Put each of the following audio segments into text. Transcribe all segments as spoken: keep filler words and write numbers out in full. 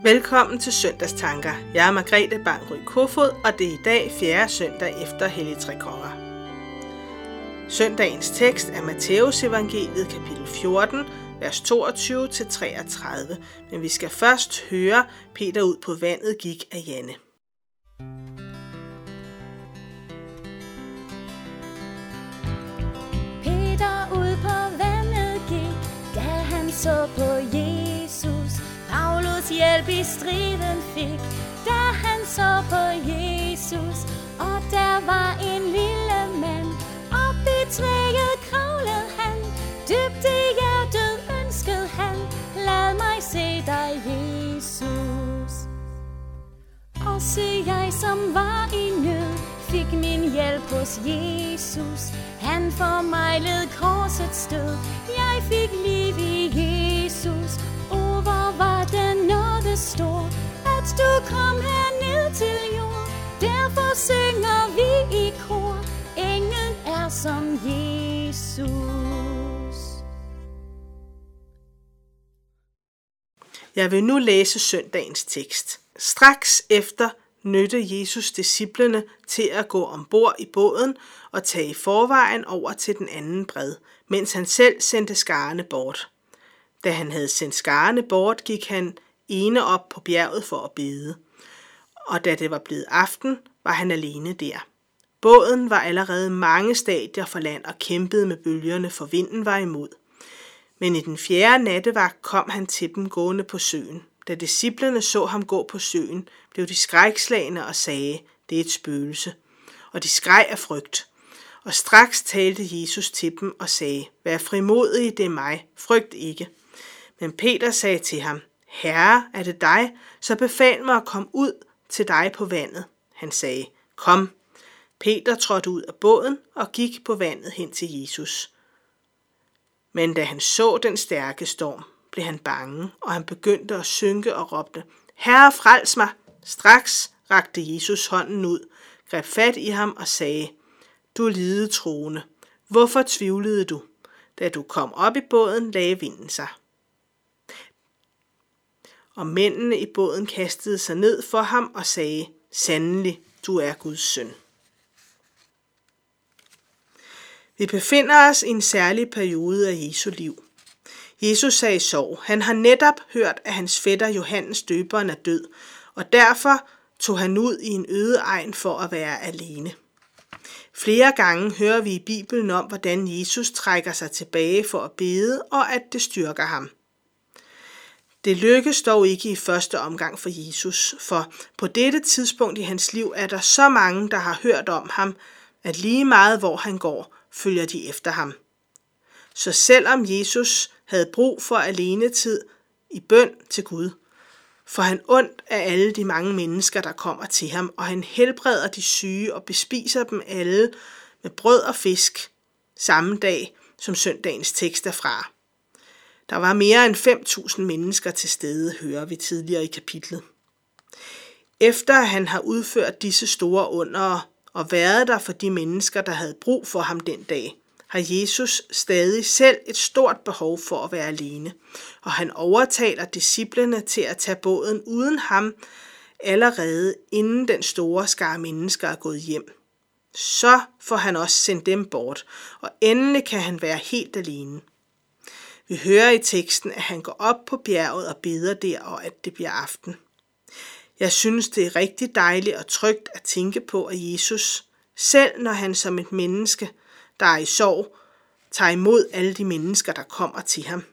Velkommen til Søndagstanker. Jeg er Margrethe Bang-Ry Kofod, og det er i dag fjerde søndag efter Helligtrekonger. Søndagens tekst er Matthæus evangeliet kapitel fjorten, vers toogtyve til treogtredive, men vi skal først høre Peter ud på vandet gik af Janne. Peter ud på vandet gik, da han så på Jesus. Paulus hjælp i striden fik, da han så på Jesus. Og der var en lille mand, op i træet kravlede han. Dybt i hjertet ønskede han, lad mig se dig, Jesus. Og se, jeg som var i nød, fik min hjælp hos Jesus. Han for mig led korsets stød, jeg fik liv i Jesus. O, hvor var den nåde stor, at du kom herned til jord. Derfor synger vi i kor, ingen er som Jesus. Jeg vil nu læse søndagens tekst. Straks efter nødte Jesus disciplene til at gå ombord i båden og tage i forvejen over til den anden bred, mens han selv sendte skarne bort. Da han havde sendt skarne bort, gik han ene op på bjerget for at bede. Og da det var blevet aften, var han alene der. Båden var allerede mange stadier fra land og kæmpede med bølgerne, for vinden var imod. Men i den fjerde nattevagt kom han til dem gående på søen. Da disciplene så ham gå på søen, blev de skrækslagne og sagde, det er et spøgelse. Og de skreg af frygt. Og straks talte Jesus til dem og sagde, vær frimodige, det er mig, frygt ikke. Men Peter sagde til ham, Herre, er det dig, så befal mig at komme ud til dig på vandet. Han sagde, kom. Peter trådte ud af båden og gik på vandet hen til Jesus. Men da han så den stærke storm, blev han bange, og han begyndte at synke og råbte, Herre, frels mig! Straks rakte Jesus hånden ud, greb fat i ham og sagde, du lidetroende, hvorfor tvivlede du? Da du kom op i båden, lagde vinden sig. Og mændene i båden kastede sig ned for ham og sagde, sandelig, du er Guds søn. Vi befinder os i en særlig periode af Jesu liv. Jesus er i sorg. Han har netop hørt, at hans fætter Johannes døberen er død, og derfor tog han ud i en øde egn for at være alene. Flere gange hører vi i Bibelen om, hvordan Jesus trækker sig tilbage for at bede, og at det styrker ham. Det lykkes dog ikke i første omgang for Jesus, for på dette tidspunkt i hans liv er der så mange, der har hørt om ham, at lige meget hvor han går, følger de efter ham. Så selvom Jesus havde brug for alenetid i bøn til Gud, får han ondt af alle de mange mennesker, der kommer til ham, og han helbreder de syge og bespiser dem alle med brød og fisk samme dag, som søndagens tekst er fra. Der var mere end fem tusind mennesker til stede, hører vi tidligere i kapitlet. Efter at han har udført disse store undere og været der for de mennesker, der havde brug for ham den dag, har Jesus stadig selv et stort behov for at være alene, og han overtaler disciplene til at tage båden uden ham allerede inden den store skare mennesker er gået hjem. Så får han også sendt dem bort, og endelig kan han være helt alene. Vi hører i teksten, at han går op på bjerget og beder der, og at det bliver aften. Jeg synes, det er rigtig dejligt og trygt at tænke på, at Jesus, selv når han som et menneske, der er i sorg, tager imod alle de mennesker, der kommer til ham.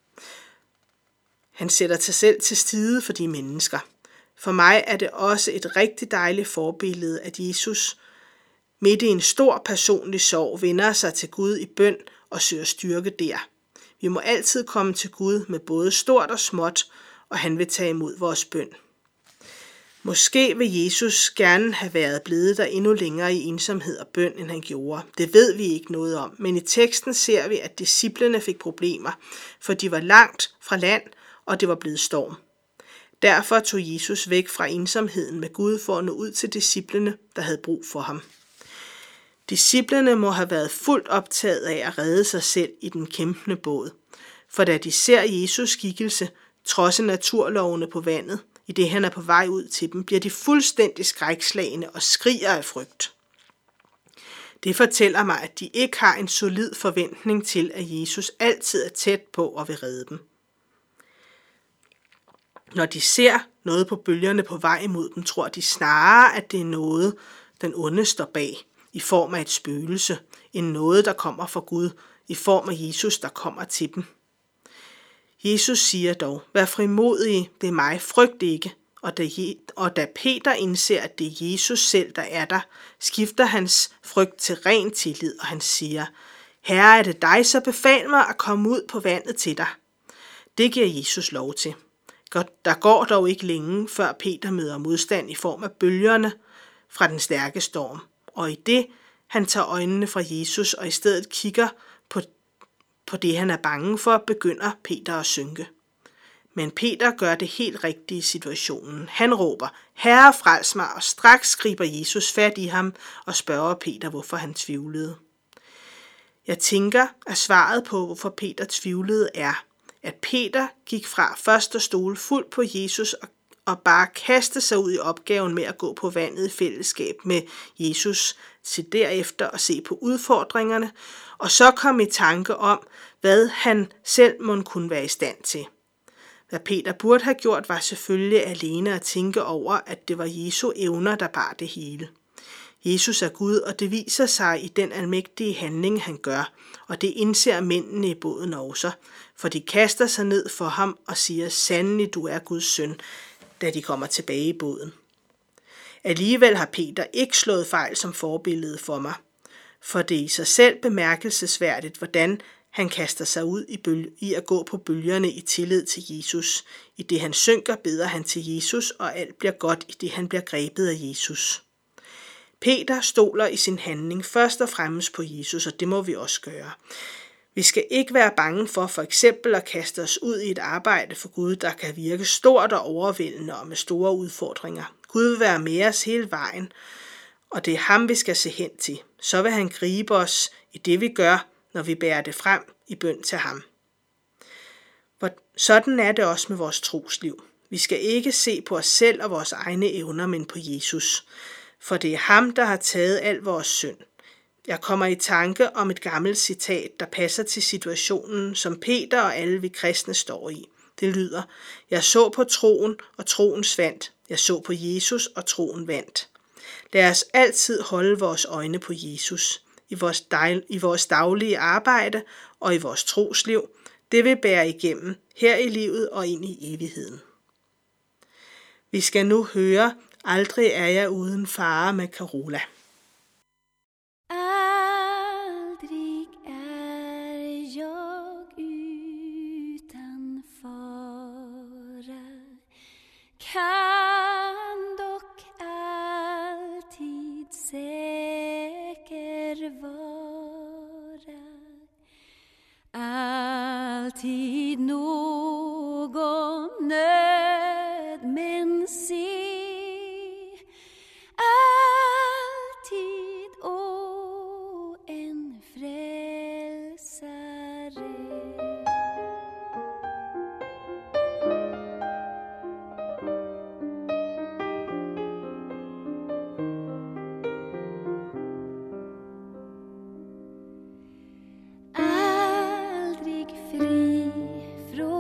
Han sætter sig selv til side for de mennesker. For mig er det også et rigtig dejligt forbillede, at Jesus midt i en stor personlig sorg vender sig til Gud i bøn og søger styrke der. Vi må altid komme til Gud med både stort og småt, og han vil tage imod vores bøn. Måske vil Jesus gerne have været blevet der endnu længere i ensomhed og bøn, end han gjorde. Det ved vi ikke noget om, men i teksten ser vi, at disciplene fik problemer, for de var langt fra land, og det var blevet storm. Derfor tog Jesus væk fra ensomheden med Gud for at nå ud til disciplene, der havde brug for ham. Disciplene må have været fuldt optaget af at redde sig selv i den kæmpende båd, for da de ser Jesus skikkelse, trodse naturlovene på vandet, i det han er på vej ud til dem, bliver de fuldstændig skrækslagne og skriger af frygt. Det fortæller mig, at de ikke har en solid forventning til, at Jesus altid er tæt på og vil redde dem. Når de ser noget på bølgerne på vej imod dem, tror de snarere, at det er noget, den onde står bag, i form af et spøgelse, end noget, der kommer fra Gud, i form af Jesus, der kommer til dem. Jesus siger dog, vær frimodige, det er mig, frygt ikke. Og da, og da Peter indser, at det er Jesus selv, der er der, skifter hans frygt til ren tillid, og han siger, Herre, er det dig, så befal mig at komme ud på vandet til dig. Det giver Jesus lov til. Der går dog ikke længe, før Peter møder modstand i form af bølgerne fra den stærke storm. Og i det, han tager øjnene fra Jesus og i stedet kigger på, på det, han er bange for, begynder Peter at synke. Men Peter gør det helt rigtige i situationen. Han råber, Herre, frels mig, og straks griber Jesus fat i ham og spørger Peter, hvorfor han tvivlede. Jeg tænker, at svaret på, hvorfor Peter tvivlede, er, at Peter gik fra først at stole fuldt på Jesus og, og bare kaste sig ud i opgaven med at gå på vandet i fællesskab med Jesus, til derefter at se på udfordringerne, og så kom i tanke om, hvad han selv må kunne være i stand til. Hvad Peter burde have gjort, var selvfølgelig alene at tænke over, at det var Jesu evner, der bar det hele. Jesus er Gud, og det viser sig i den almægtige handling, han gør, og det indser mændene i båden også, for de kaster sig ned for ham og siger, sandelig du er Guds søn, da de kommer tilbage i båden. Alligevel har Peter ikke slået fejl som forbillede for mig, for det er i sig selv bemærkelsesværdigt, hvordan han kaster sig ud i, bølge, i at gå på bølgerne i tillid til Jesus. I det han synker, beder han til Jesus, og alt bliver godt, i det han bliver grebet af Jesus. Peter stoler i sin handling først og fremmest på Jesus, og det må vi også gøre. Vi skal ikke være bange for for eksempel at kaste os ud i et arbejde for Gud, der kan virke stort og overvældende og med store udfordringer. Gud vil være med os hele vejen, og det er ham, vi skal se hen til. Så vil han gribe os i det, vi gør, når vi bærer det frem i bøn til ham. Sådan er det også med vores trosliv. Vi skal ikke se på os selv og vores egne evner, men på Jesus. For det er ham, der har taget al vores synd. Jeg kommer i tanke om et gammelt citat, der passer til situationen, som Peter og alle vi kristne står i. Det lyder, jeg så på troen, og troen svandt. Jeg så på Jesus, og troen vandt. Lad os altid holde vores øjne på Jesus. I vores, dejl, i vores daglige arbejde og i vores trosliv. Det vil bære igennem her i livet og ind i evigheden. Vi skal nu høre, aldrig er jeg uden fare med Carola. Aldrig är jag utan fara, kan dock alltid säker vara. Alltid någon nöd men se, alltid å en frälsare. Aldrig fri från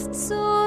så